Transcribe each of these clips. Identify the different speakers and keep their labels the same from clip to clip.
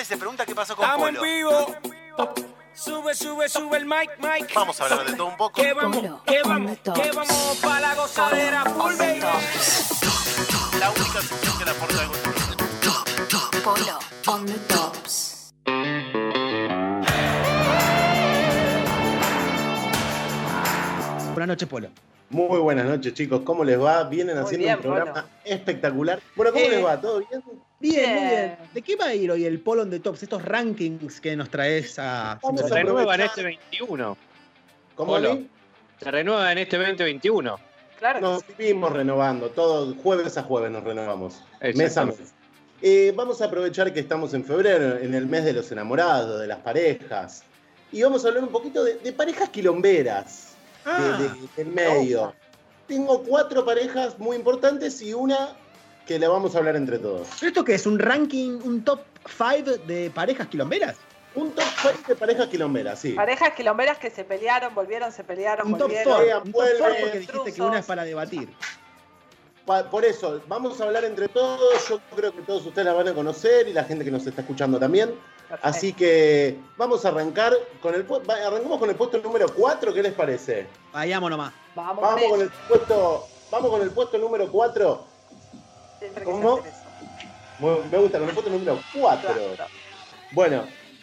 Speaker 1: se pregunta qué pasó con
Speaker 2: Estamos
Speaker 1: Polo.
Speaker 2: en vivo. Sube el mic.
Speaker 1: Vamos a hablar de todo un poco.
Speaker 2: Que vamos para la gozadera full, baby.
Speaker 1: La única sección que le aporta algo.
Speaker 3: Polo on the tops.
Speaker 4: Buenas noches, Polo.
Speaker 5: Muy buenas noches, chicos. ¿Cómo les va? Vienen haciendo
Speaker 6: bien,
Speaker 5: un programa
Speaker 6: Polo.
Speaker 5: espectacular. Bueno, ¿cómo les va? ¿Todo bien?
Speaker 4: Bien, muy
Speaker 6: Bien.
Speaker 4: bien. ¿De qué va a ir hoy el Polo on the Tops? Estos rankings que nos traes a...
Speaker 5: Vamos
Speaker 7: Se
Speaker 5: a
Speaker 7: renueva en
Speaker 5: aprovechar.
Speaker 7: este 21.
Speaker 5: ¿Cómo
Speaker 7: Polo.
Speaker 5: Ali?
Speaker 7: Se renueva en este 2021.
Speaker 6: Claro que
Speaker 5: Nos
Speaker 6: sí.
Speaker 5: vivimos renovando. Todo jueves a jueves nos renovamos. Mes a
Speaker 7: Exactamente.
Speaker 5: mes. Vamos a aprovechar que estamos en febrero, en el mes de los enamorados, de las parejas. Y vamos a hablar un poquito de parejas quilomberas. Del medio. Tengo 4 parejas muy importantes y una que le vamos a hablar entre todos.
Speaker 4: ¿Pero esto qué es? ¿Un ranking, un top 5 de parejas quilomberas?
Speaker 5: Un top 5 de parejas quilomberas, sí.
Speaker 6: Parejas quilomberas que se pelearon, se pelearon,
Speaker 4: Un top
Speaker 6: volvieron.
Speaker 4: 4. Un top
Speaker 5: vuelven,
Speaker 4: 4 porque dijiste que
Speaker 6: intrusos.
Speaker 4: una es para debatir.
Speaker 5: Por eso, vamos a hablar entre todos. Yo creo que todos ustedes la van a conocer y la gente que nos está escuchando también.
Speaker 6: Perfecto.
Speaker 5: Así que vamos a arrancar con arrancamos con el puesto número 4, ¿qué les parece?
Speaker 4: Vayamos nomás.
Speaker 6: Vamos,
Speaker 5: Vamos con el puesto número 4.
Speaker 6: Siempre que
Speaker 5: ¿Cómo?
Speaker 6: se hace eso.
Speaker 5: Me gusta, con el puesto número 4.
Speaker 6: Claro.
Speaker 5: Bueno,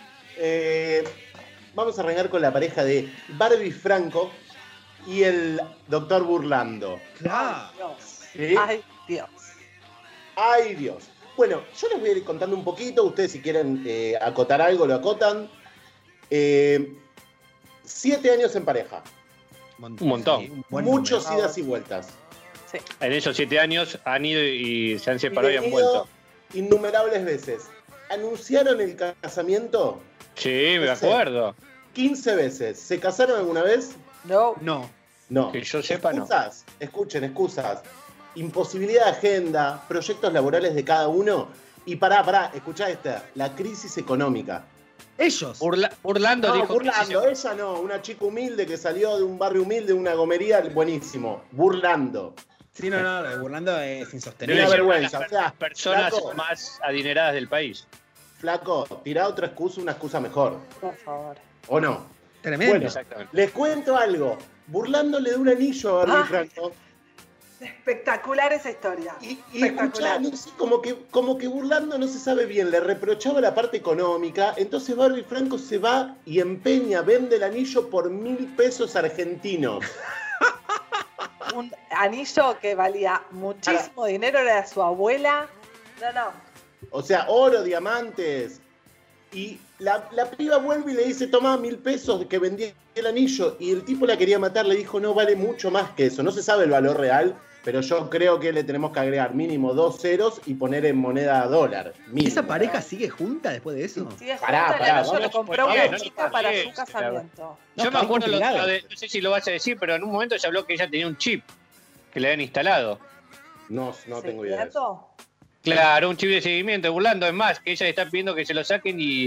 Speaker 5: vamos a arrancar con la pareja de Barbie Franco y el doctor Burlando.
Speaker 4: Claro.
Speaker 6: Ay, Dios.
Speaker 5: ¿Sí?
Speaker 6: Ay, Dios.
Speaker 5: ¡Ay, Dios! Bueno, yo les voy a ir contando un poquito. Ustedes, si quieren acotar algo, lo acotan. 7 años en pareja.
Speaker 7: Un montón.
Speaker 4: Sí, buen
Speaker 5: Muchos
Speaker 4: número.
Speaker 5: idas y vueltas.
Speaker 6: Sí.
Speaker 7: En esos 7 años han ido y se han separado y han
Speaker 5: Venido
Speaker 7: vuelto.
Speaker 5: innumerables veces. Anunciaron el casamiento
Speaker 7: Sí, me
Speaker 5: No sé.
Speaker 7: acuerdo.
Speaker 5: 15 veces. ¿Se casaron alguna vez?
Speaker 6: No.
Speaker 4: No.
Speaker 5: No.
Speaker 7: Que yo sepa, no.
Speaker 5: Excusas, escuchen, excusas. Imposibilidad de agenda, proyectos laborales de cada uno. Y pará, escuchá esta. La crisis económica.
Speaker 4: Ellos.
Speaker 7: Burlando
Speaker 5: No,
Speaker 7: dijo
Speaker 5: burlando,
Speaker 7: que
Speaker 5: ella no, una chica humilde que salió de un barrio humilde, una gomería, buenísimo. Burlando.
Speaker 4: Sí, no, lo de Burlando es
Speaker 7: debe
Speaker 4: insostenible.
Speaker 5: Una
Speaker 7: ser
Speaker 5: vergüenza,
Speaker 7: una de
Speaker 5: o sea,
Speaker 7: las personas
Speaker 5: flaco.
Speaker 7: más adineradas del país.
Speaker 5: Flaco, tirá otra excusa, una excusa mejor.
Speaker 6: Por favor.
Speaker 5: ¿O no?
Speaker 4: Tremendo.
Speaker 5: Bueno.
Speaker 7: Exactamente.
Speaker 5: Les cuento algo. Burlando le da un anillo a Barbie
Speaker 6: Ah.
Speaker 5: Franco.
Speaker 6: Espectacular esa historia.
Speaker 5: Y
Speaker 6: Espectacular.
Speaker 5: escuchá, no sé, como que Burlando no se sabe bien, le reprochaba la parte económica, entonces Barbie Franco se va y empeña, vende el anillo por 1.000 pesos argentinos.
Speaker 6: Un anillo que valía muchísimo dinero, era de su abuela. No.
Speaker 5: O sea, oro, diamantes. Y la piba vuelve y le dice, toma 1.000 pesos que vendí el anillo. Y el tipo la quería matar, le dijo, no vale mucho más que eso. No se sabe el valor real, pero yo creo que le tenemos que agregar mínimo 2 ceros y poner en moneda dólar. Mínimo.
Speaker 4: ¿Esa pareja sigue junta después de eso?
Speaker 6: Sigue
Speaker 5: Pará,
Speaker 6: junto, el
Speaker 5: pará,
Speaker 6: anillo lo
Speaker 7: vamos,
Speaker 6: compró
Speaker 7: pues,
Speaker 6: una
Speaker 7: no,
Speaker 6: chica
Speaker 7: no,
Speaker 6: para
Speaker 7: sí,
Speaker 6: su casamiento.
Speaker 4: No,
Speaker 7: Yo me
Speaker 4: está
Speaker 7: acuerdo
Speaker 4: complicado.
Speaker 7: no sé si lo vas a decir, pero en un momento se habló que ella tenía un chip que le habían instalado.
Speaker 5: No tengo idea de eso.
Speaker 6: ¿Cierto?
Speaker 7: Claro, un chip de seguimiento, Burlando. Es más, que ella le está pidiendo que se lo saquen y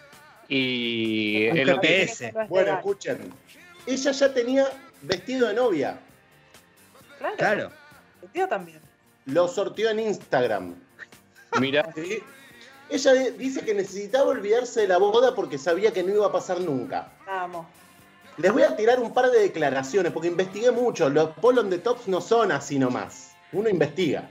Speaker 4: Un
Speaker 7: es lo que-
Speaker 4: GPS.
Speaker 6: No es
Speaker 5: Bueno,
Speaker 6: legal.
Speaker 5: escuchen. Ella ya tenía vestido de novia.
Speaker 4: Claro.
Speaker 6: El tío también.
Speaker 5: Lo sorteó en Instagram.
Speaker 7: Mira,
Speaker 5: ¿Sí? Ella dice que necesitaba olvidarse de la boda porque sabía que no iba a pasar nunca.
Speaker 6: Vamos.
Speaker 5: Les voy a tirar un par de declaraciones porque investigué mucho. Los Polo on the Tops no son así nomás. Uno investiga.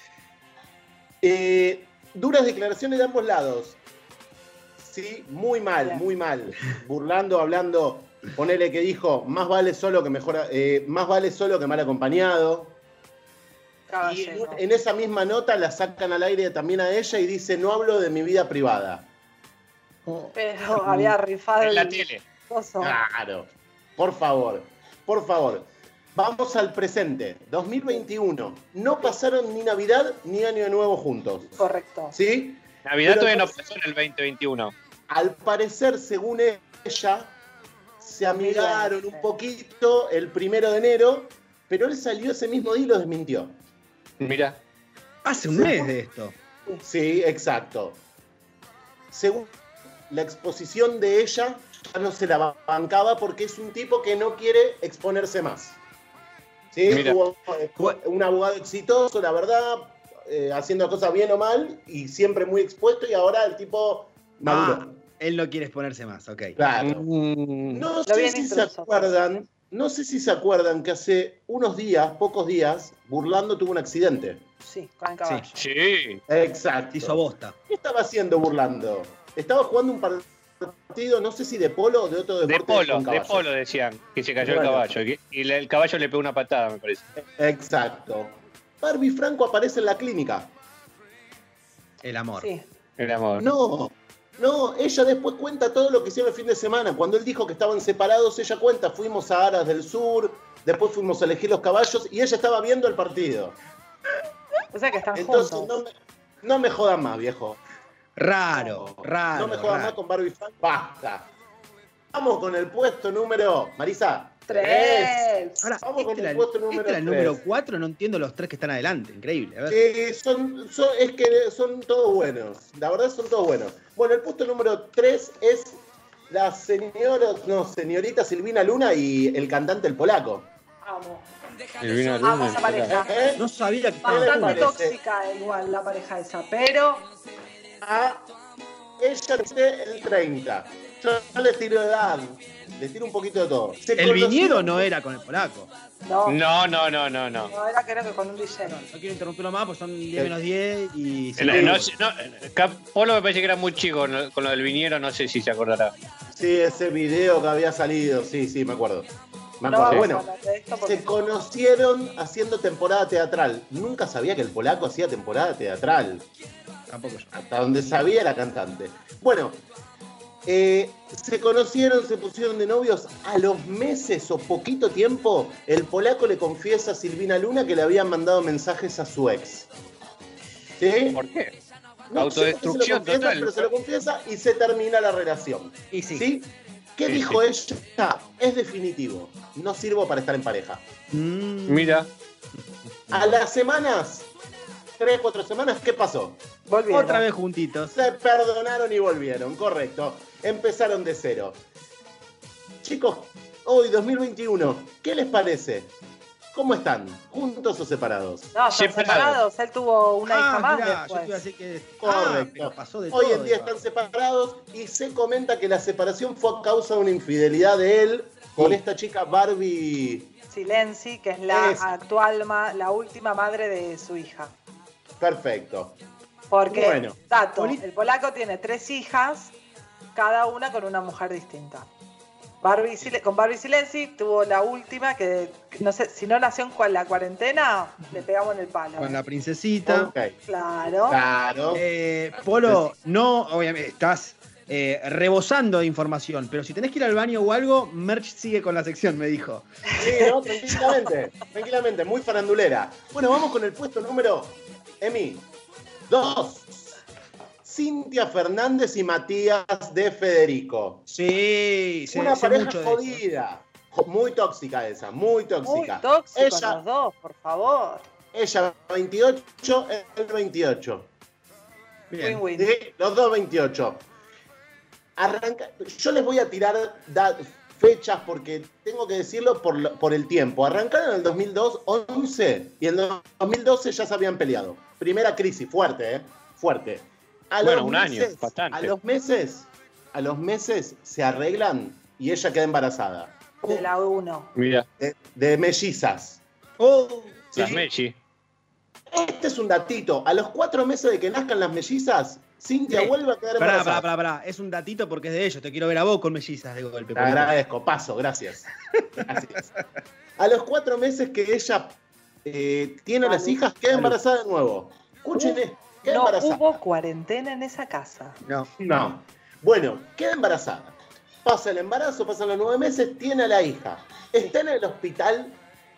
Speaker 5: Duras declaraciones de ambos lados. Sí, muy mal,
Speaker 6: Bien.
Speaker 5: muy mal. Burlando, hablando, ponele que dijo, más vale solo que mal acompañado. Y
Speaker 6: Caballero.
Speaker 5: en esa misma nota la sacan al aire también a ella y dice, no hablo de mi vida privada.
Speaker 6: Pero había rifado
Speaker 7: en la
Speaker 6: el
Speaker 7: tele.
Speaker 6: coso.
Speaker 5: Claro, por favor. Vamos al presente, 2021. No pasaron ni Navidad ni Año Nuevo juntos.
Speaker 6: Correcto.
Speaker 5: ¿Sí?
Speaker 7: Navidad
Speaker 5: Pero
Speaker 7: todavía no
Speaker 5: no-
Speaker 7: pasó en el 2021.
Speaker 5: Al parecer, según ella, se amigaron un poquito el 1 de enero, pero él salió ese mismo día y lo desmintió.
Speaker 7: Mira,
Speaker 4: Hace un mes de esto.
Speaker 5: Sí, exacto. Según la exposición de ella, ya no se la bancaba porque es un tipo que no quiere exponerse más. ¿Sí?
Speaker 7: Mira.
Speaker 5: Fue un abogado exitoso, la verdad, haciendo cosas bien o mal y siempre muy expuesto y ahora el tipo Maduro.
Speaker 4: Él no quiere exponerse más, ok.
Speaker 5: Claro. No sé si se acuerdan. No sé si se acuerdan que hace unos días, pocos días, Burlando tuvo un accidente.
Speaker 6: Sí, con el caballo.
Speaker 7: Sí.
Speaker 5: Exacto.
Speaker 4: Hizo bosta.
Speaker 5: ¿Qué estaba haciendo Burlando? Estaba jugando un partido, no sé si de polo o de otro deporte.
Speaker 7: De polo decían, que se cayó el caballo. Y el caballo le pegó una patada, me parece.
Speaker 5: Exacto. Barbie Franco aparece en la clínica.
Speaker 4: El amor.
Speaker 6: Sí.
Speaker 7: El amor.
Speaker 5: No, ella después cuenta todo lo que hicieron el fin de semana. Cuando él dijo que estaban separados, ella cuenta, fuimos a Aras del Sur, después fuimos a elegir los caballos y ella estaba viendo el partido.
Speaker 6: O sea que están
Speaker 5: Entonces,
Speaker 6: juntos.
Speaker 5: no me jodan más, viejo.
Speaker 4: Raro.
Speaker 5: No me jodan más con Barbie Franco. Basta. Vamos con el puesto número... Marisa.
Speaker 6: 3.
Speaker 4: Ahora,
Speaker 5: Vamos con
Speaker 4: este
Speaker 5: el puesto número
Speaker 4: era el
Speaker 5: 3.
Speaker 4: número 4, no entiendo los 3 que están adelante. Increíble. A ver.
Speaker 5: Es que son todos buenos. La verdad son todos buenos. Bueno, el puesto número 3 es la señorita Silvina Luna y el cantante El Polaco.
Speaker 6: Amo.
Speaker 7: Silvina Luna,
Speaker 6: Amo esa pareja.
Speaker 4: No sabía que estaban
Speaker 5: ¿Qué le
Speaker 6: Bastante
Speaker 4: juntos.
Speaker 5: parece?
Speaker 6: tóxica igual la pareja esa, pero
Speaker 5: A ella dice el 30. Yo les tiro edad. Les tiro un poquito de todo.
Speaker 4: El viñedo no era con el polaco.
Speaker 6: no.
Speaker 7: No.
Speaker 6: No, era creo que con un DJ.
Speaker 4: No quiero interrumpirlo más, pues son 10 menos 10 y...
Speaker 7: Polo me parece que era muy chico con lo del viniero, no sé si se acordará.
Speaker 5: Sí, ese video que había salido. Sí, me acuerdo.
Speaker 6: No vamos a
Speaker 5: Bueno,
Speaker 6: hablar de esto porque
Speaker 5: se conocieron haciendo temporada teatral. Nunca sabía que el polaco hacía temporada teatral.
Speaker 4: Tampoco yo.
Speaker 5: Hasta donde sabía era cantante. Bueno, se conocieron, se pusieron de novios. A los meses o poquito tiempo, el polaco le confiesa a Silvina Luna que le habían mandado mensajes a su ex. ¿Sí?
Speaker 7: ¿Por qué?
Speaker 5: No
Speaker 7: Autodestrucción
Speaker 5: sé por qué se lo confiesa,
Speaker 7: total.
Speaker 5: pero se lo confiesa y se termina la relación.
Speaker 4: Y sí.
Speaker 5: ¿Sí? ¿Qué
Speaker 7: Sí,
Speaker 5: dijo ella? Es definitivo. No sirvo para estar en pareja.
Speaker 7: Mira.
Speaker 5: A las semanas, 3, 4 semanas, ¿qué pasó?
Speaker 6: volvieron.
Speaker 4: Otra vez juntitos.
Speaker 5: Se perdonaron y volvieron, correcto. Empezaron de cero. Chicos, hoy 2021, ¿qué les parece? ¿Cómo están? ¿Juntos o separados?
Speaker 6: No, están separados. Él tuvo una hija más
Speaker 4: mirá, yo
Speaker 6: después.
Speaker 4: te iba a decir que...
Speaker 5: Correcto.
Speaker 4: pero pasó de
Speaker 5: Hoy
Speaker 4: todo,
Speaker 5: en día
Speaker 4: igual.
Speaker 5: están separados y se comenta que la separación fue a causa de una infidelidad de él con esta chica Barbie.
Speaker 6: Silenzi, que es la
Speaker 5: Esa.
Speaker 6: la última madre de su hija.
Speaker 5: Perfecto.
Speaker 6: Porque,
Speaker 5: Bueno.
Speaker 6: dato, el polaco tiene 3 hijas, cada una con una mujer distinta. Con Barbie Silenzi tuvo la última que, no sé, si no nació en la cuarentena, le pegamos en el palo.
Speaker 4: Con la princesita.
Speaker 5: Ok.
Speaker 6: Claro.
Speaker 5: Claro.
Speaker 4: Polo, no, obviamente, estás rebosando de información, pero si tenés que ir al baño o algo, Merch sigue con la sección, me dijo.
Speaker 5: Sí, no, tranquilamente, muy farandulera. Bueno, vamos con el puesto número, Emi, 2. Cintia Fernández y Matías de Federico.
Speaker 4: Sí,
Speaker 5: Una
Speaker 4: sé
Speaker 5: pareja
Speaker 4: mucho de eso.
Speaker 5: jodida. Muy tóxica esa, muy
Speaker 6: Muy
Speaker 5: tóxica.
Speaker 6: tóxicos
Speaker 5: Ella,
Speaker 6: los dos, por favor.
Speaker 5: ella 28, él 28.
Speaker 4: Bien.
Speaker 6: Win-win.
Speaker 5: ¿Sí? Los dos 28. Yo les voy a tirar fechas porque tengo que decirlo por el tiempo. Arrancaron en el 2011 y en el 2012 ya se habían peleado. Primera crisis, fuerte, ¿eh? Fuerte.
Speaker 7: Bueno, un año, bastante.
Speaker 5: A los meses se arreglan y ella queda embarazada.
Speaker 6: De la 1.
Speaker 7: Mira.
Speaker 5: De mellizas.
Speaker 4: Oh,
Speaker 5: ¿Sí?
Speaker 7: Las Mechi.
Speaker 5: Este es un datito. A los 4 meses de que nazcan las mellizas, Cintia
Speaker 4: Sí.
Speaker 5: vuelve a quedar embarazada.
Speaker 4: pará. Es un datito porque es de ellos. Te quiero ver a vos con mellizas de golpe.
Speaker 5: Te agradezco, paso, gracias. Gracias. A los 4 meses que ella tiene las hijas, queda embarazada de nuevo. Escuchen esto, queda
Speaker 6: No
Speaker 5: embarazada.
Speaker 6: hubo cuarentena en esa casa.
Speaker 4: No.
Speaker 5: No. Bueno, queda embarazada. Pasa el embarazo, pasan los 9 meses, tiene a la hija. Está en el hospital,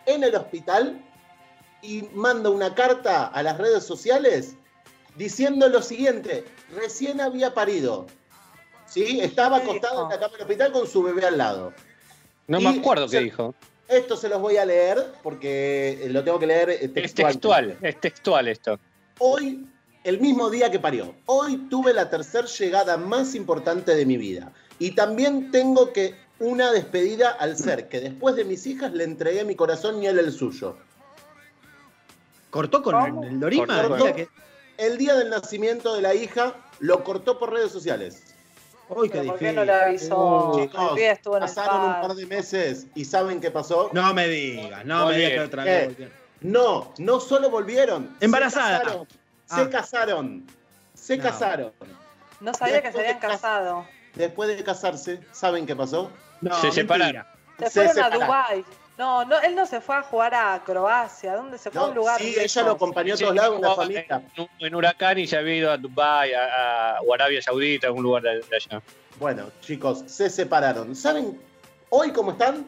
Speaker 5: y manda una carta a las redes sociales diciendo lo siguiente: recién había parido. ¿Sí? Estaba
Speaker 6: ¿Qué
Speaker 5: acostada
Speaker 6: dijo?
Speaker 5: en la cama del hospital con su bebé al lado.
Speaker 7: No
Speaker 5: Y
Speaker 7: me acuerdo qué
Speaker 5: se-
Speaker 7: dijo.
Speaker 5: Esto se los voy a leer porque lo tengo que leer textual.
Speaker 7: Es textual esto.
Speaker 5: Hoy, el mismo día que parió, hoy tuve la tercera llegada más importante de mi vida. Y también tengo que una despedida al ser que después de mis hijas le entregué mi corazón y él el suyo.
Speaker 4: ¿Cortó con
Speaker 6: ¿Cómo?
Speaker 4: el Dorima?
Speaker 5: Cortó.
Speaker 4: Mira que-
Speaker 5: El día del nacimiento de la hija lo cortó por redes sociales.
Speaker 4: Uy, qué
Speaker 6: ¿Pero por qué
Speaker 4: difícil.
Speaker 6: no le avisó?
Speaker 5: Chicos,
Speaker 6: El pibe estuvo en el
Speaker 5: pasaron un par
Speaker 6: parque.
Speaker 5: de meses y ¿saben qué pasó?
Speaker 4: No me digas, no me digas que otra vez. volvieron.
Speaker 5: No solo volvieron.
Speaker 4: Embarazada.
Speaker 5: Se casaron. Se
Speaker 4: No.
Speaker 5: casaron.
Speaker 6: No sabía que se
Speaker 5: Después
Speaker 6: habían
Speaker 5: de cas-
Speaker 6: casado.
Speaker 5: Después de casarse, ¿saben qué pasó?
Speaker 4: No,
Speaker 7: Se separaron.
Speaker 4: mentira.
Speaker 6: Se
Speaker 5: Se
Speaker 6: fueron a
Speaker 5: separaron.
Speaker 6: Dubái. No, él no se fue a jugar a Croacia. ¿Dónde se fue? A un lugar
Speaker 5: Sí,
Speaker 6: lejos.
Speaker 5: ella lo acompañó a
Speaker 7: Sí,
Speaker 5: todos lados, una
Speaker 7: jugaba
Speaker 5: familia.
Speaker 7: en Huracán y se había ido a Dubái, o Arabia Saudita, a algún lugar de allá.
Speaker 5: Bueno, chicos, se separaron. ¿Saben hoy cómo están?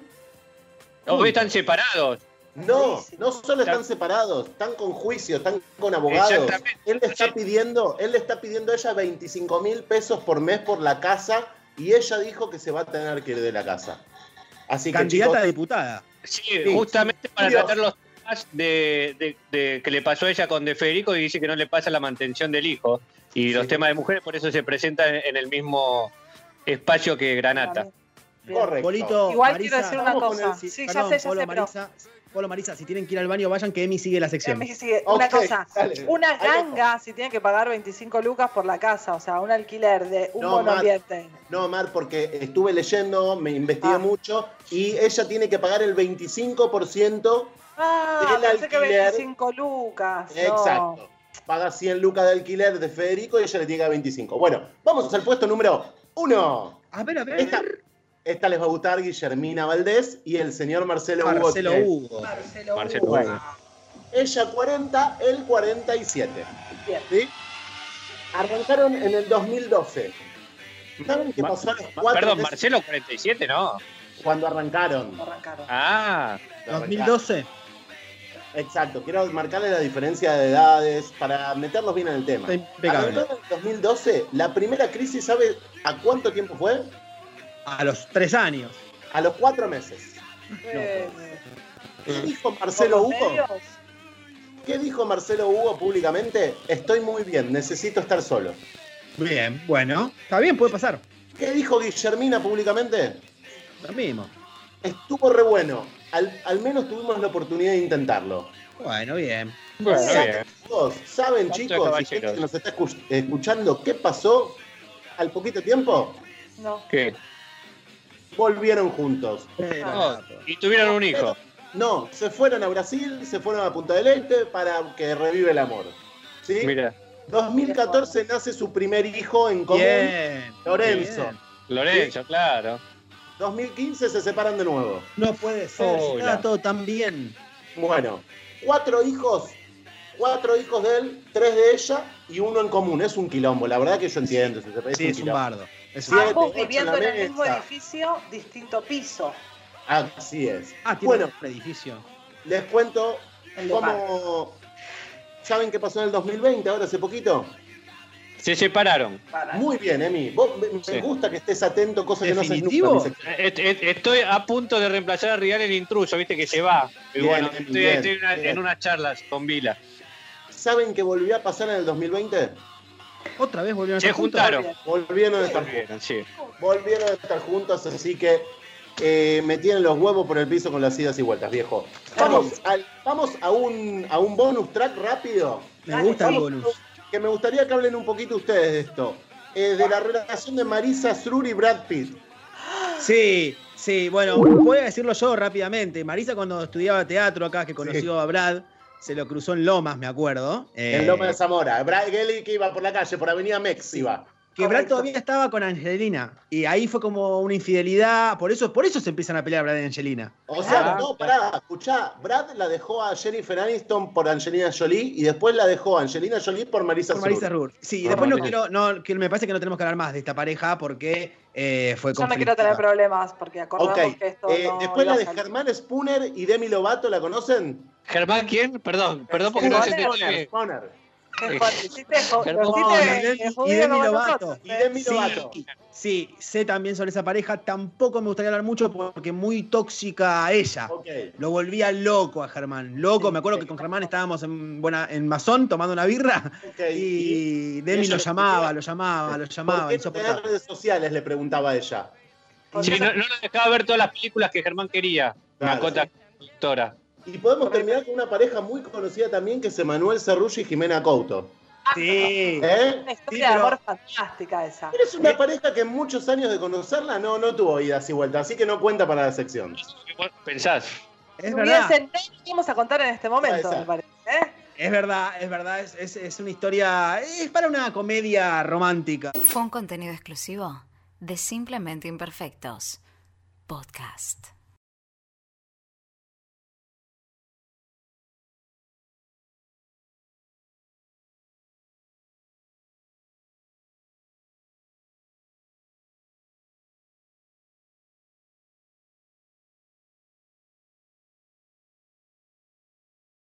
Speaker 7: Hoy están separados.
Speaker 5: No solo están separados, están con juicio, están con abogados.
Speaker 7: Exactamente.
Speaker 5: Él le está pidiendo a ella 25.000 pesos por mes por la casa y ella dijo que se va a tener que ir de la casa. Así que,
Speaker 4: Candidata
Speaker 5: chicos,
Speaker 4: a diputada.
Speaker 7: Sí, justamente para
Speaker 5: Dios.
Speaker 7: tratar los temas de que le pasó a ella con De Federico y dice que no le pasa la mantención del hijo. Y los temas de mujeres por eso se presentan en el mismo espacio que Granata.
Speaker 6: Bien.
Speaker 5: correcto.
Speaker 4: Polito,
Speaker 6: Igual
Speaker 4: Marisa,
Speaker 6: quiero decir una
Speaker 5: vamos con
Speaker 6: cosa.
Speaker 5: el-
Speaker 6: Sí,
Speaker 4: perdón,
Speaker 6: ya sé,
Speaker 4: Polo,
Speaker 6: pero
Speaker 4: Marisa, si tienen que ir al baño, vayan que Emi sigue la sección.
Speaker 6: me sigue.
Speaker 5: Ok,
Speaker 6: Una cosa,
Speaker 5: dale.
Speaker 6: una
Speaker 5: Ahí
Speaker 6: ganga si tiene que pagar 25 lucas por la casa, o sea, un alquiler de un
Speaker 5: No,
Speaker 6: monoambiente.
Speaker 5: No, Mar, porque estuve leyendo, me investigué
Speaker 6: Ah.
Speaker 5: mucho y ella tiene que pagar el 25%.
Speaker 6: Ah,
Speaker 5: del
Speaker 6: pensé que
Speaker 5: alquiler.
Speaker 6: 25 lucas. no.
Speaker 5: Exacto. Paga 100 lucas de alquiler de Federico y ella le tiene que dar 25. Bueno, vamos al puesto número 1.
Speaker 4: A ver.
Speaker 5: Esta les va a gustar, Guillermina Valdés y el señor Marcelo Hugo.
Speaker 4: Marcelo
Speaker 5: que-
Speaker 4: Hugo.
Speaker 7: Marcelo
Speaker 5: Bueno.
Speaker 7: Hugo.
Speaker 5: Ella 40, él 47.
Speaker 6: Bien.
Speaker 5: ¿Sí? Arrancaron en el 2012. ¿Saben qué pasó a los 4
Speaker 7: Perdón,
Speaker 5: meses
Speaker 7: Marcelo 47, ¿no?
Speaker 5: cuando arrancaron?
Speaker 6: Arrancaron.
Speaker 7: Ah,
Speaker 4: 2012.
Speaker 5: Exacto, quiero marcarle la diferencia de edades para meterlos bien en el tema.
Speaker 4: Está impecable.
Speaker 5: Arrancaron en el 2012, la primera crisis, ¿sabe a cuánto tiempo fue?
Speaker 4: A los 3 años.
Speaker 5: A los 4 meses.
Speaker 6: Eh,
Speaker 5: ¿Qué dijo
Speaker 6: ¿por
Speaker 5: Marcelo
Speaker 6: los
Speaker 5: Hugo?
Speaker 6: medios?
Speaker 5: ¿Qué dijo Marcelo Hugo públicamente? Estoy muy bien, necesito estar solo.
Speaker 4: Bien, bueno. Está bien, puede pasar.
Speaker 5: ¿Qué dijo Guillermina públicamente?
Speaker 4: Lo mismo.
Speaker 5: Estuvo re bueno. Al menos tuvimos la oportunidad de intentarlo.
Speaker 4: Bueno, bien.
Speaker 7: bueno,
Speaker 5: ¿Saben,
Speaker 7: bien.
Speaker 5: ¿Saben,
Speaker 7: Tanto
Speaker 5: chicos, y
Speaker 7: caballeros.
Speaker 5: gente que nos está escuchando, qué pasó al poquito tiempo?
Speaker 6: No.
Speaker 7: ¿Qué?
Speaker 5: Volvieron juntos.
Speaker 7: Oh, y tuvieron un hijo.
Speaker 5: No, se fueron a Brasil, se fueron a Punta del Este para que revive el amor. ¿Sí?
Speaker 7: Mira,
Speaker 5: 2014 nace su primer hijo en común,
Speaker 4: Bien.
Speaker 5: Lorenzo.
Speaker 4: Bien.
Speaker 7: Lorenzo, claro.
Speaker 5: 2015 se separan de nuevo.
Speaker 4: No puede ser. Si
Speaker 7: Hola.
Speaker 4: estaba todo tan bien.
Speaker 5: Bueno, 4 hijos de él, 3 de ella y 1 en común. Es un quilombo, la verdad que yo entiendo. Es
Speaker 4: Sí, es un
Speaker 5: quilombo.
Speaker 4: bardo. Es
Speaker 5: Siete,
Speaker 6: Ambos
Speaker 5: 8 en
Speaker 6: viviendo
Speaker 5: la
Speaker 6: en el mismo
Speaker 5: mesa.
Speaker 6: edificio, distinto piso.
Speaker 5: Así es.
Speaker 4: Ah, tiene
Speaker 5: Bueno,
Speaker 4: un edificio.
Speaker 5: les cuento
Speaker 6: El de
Speaker 5: cómo... ¿Saben qué pasó en el 2020, ahora hace poquito?
Speaker 7: Se separaron.
Speaker 5: Muy bien, Emi. Me
Speaker 7: Sí.
Speaker 5: gusta que estés atento, cosa que no haces
Speaker 4: ¿Definitivo?
Speaker 5: nunca. en mi sección.
Speaker 7: Estoy a punto de reemplazar a Rial el intruso, viste que se va. Y
Speaker 5: Bien,
Speaker 7: bueno,
Speaker 5: bien,
Speaker 7: estoy
Speaker 5: bien.
Speaker 7: en unas charlas con Vila.
Speaker 5: ¿Saben qué volvió a pasar en el 2020?
Speaker 4: Otra vez volvieron a
Speaker 7: Se
Speaker 4: estar juntos.
Speaker 7: juntaron.
Speaker 5: Volvieron a estar juntos.
Speaker 7: Volvieron, sí.
Speaker 5: Volvieron a estar juntos, así que me tienen los huevos por el piso con las idas y vueltas, viejo. Vamos a un bonus track rápido.
Speaker 4: Me gusta el
Speaker 5: Vamos,
Speaker 4: bonus.
Speaker 5: Que me gustaría que hablen un poquito ustedes de esto. De la relación de Marisa Srur y Brad Pitt.
Speaker 4: Sí, bueno, voy a decirlo yo rápidamente. Marisa cuando estudiaba teatro acá, que conoció a Brad, se lo cruzó en Lomas, me acuerdo.
Speaker 5: En Loma de Zamora. Brad Gelly que iba por la calle, por Avenida Mex iba.
Speaker 4: Que Brad
Speaker 6: Correcto.
Speaker 4: todavía estaba con Angelina. Y ahí fue como una infidelidad. Por eso se empiezan a pelear Brad y Angelina.
Speaker 5: O sea,
Speaker 7: Ah,
Speaker 5: no, pará, escuchá. Brad la dejó a Jennifer Aniston por Angelina Jolie y después la dejó a Angelina Jolie por Marisa
Speaker 4: Con Marisa
Speaker 5: Srur.
Speaker 4: Rur. Sí, y
Speaker 5: Ah,
Speaker 4: después
Speaker 5: vale.
Speaker 4: que me parece que no tenemos que hablar más de esta pareja porque fue
Speaker 6: Yo no quiero tener problemas porque acordamos
Speaker 5: Ok,
Speaker 6: que esto no
Speaker 5: después
Speaker 6: iba
Speaker 5: la
Speaker 6: a
Speaker 5: de
Speaker 6: salir.
Speaker 5: Germán Spooner y Demi Lovato, ¿la conocen?
Speaker 7: ¿Germán quién? Perdón porque no se entendió.
Speaker 5: Spooner.
Speaker 6: Hiciste
Speaker 7: Germán.
Speaker 4: y
Speaker 6: judío
Speaker 4: Demi
Speaker 6: como
Speaker 4: Lovato.
Speaker 6: nosotros,
Speaker 5: Y Demi
Speaker 4: Sí,
Speaker 5: Lovato.
Speaker 4: sí, sé también sobre esa pareja. Tampoco me gustaría hablar mucho porque muy tóxica a ella.
Speaker 5: Ok.
Speaker 4: Lo volvía loco a Germán. Loco, me acuerdo que con Germán estábamos en Masón tomando una birra
Speaker 5: Ok,
Speaker 4: y Demi
Speaker 5: ella
Speaker 4: lo llamaba,
Speaker 5: ¿Por qué no tenés
Speaker 4: insoportable.
Speaker 5: redes sociales? Le preguntaba a ella.
Speaker 7: Sí, no nos dejaba ver todas las películas que Germán quería.
Speaker 5: Claro.
Speaker 7: Macota productora.
Speaker 5: Y podemos terminar con una pareja muy conocida también, que es Emanuel Cerrullo y Jimena Couto.
Speaker 4: Sí.
Speaker 6: Una historia
Speaker 4: Sí,
Speaker 6: de amor fantástica esa.
Speaker 5: Pero es una pareja que en muchos años de conocerla no tuvo idas y vueltas, así que no cuenta para la sección.
Speaker 7: Pensás.
Speaker 4: Es verdad.
Speaker 6: No lo vamos a contar en este momento, me parece.
Speaker 4: Es verdad. Es una historia. Es para una comedia romántica.
Speaker 3: Fue un contenido exclusivo de Simplemente Imperfectos Podcast.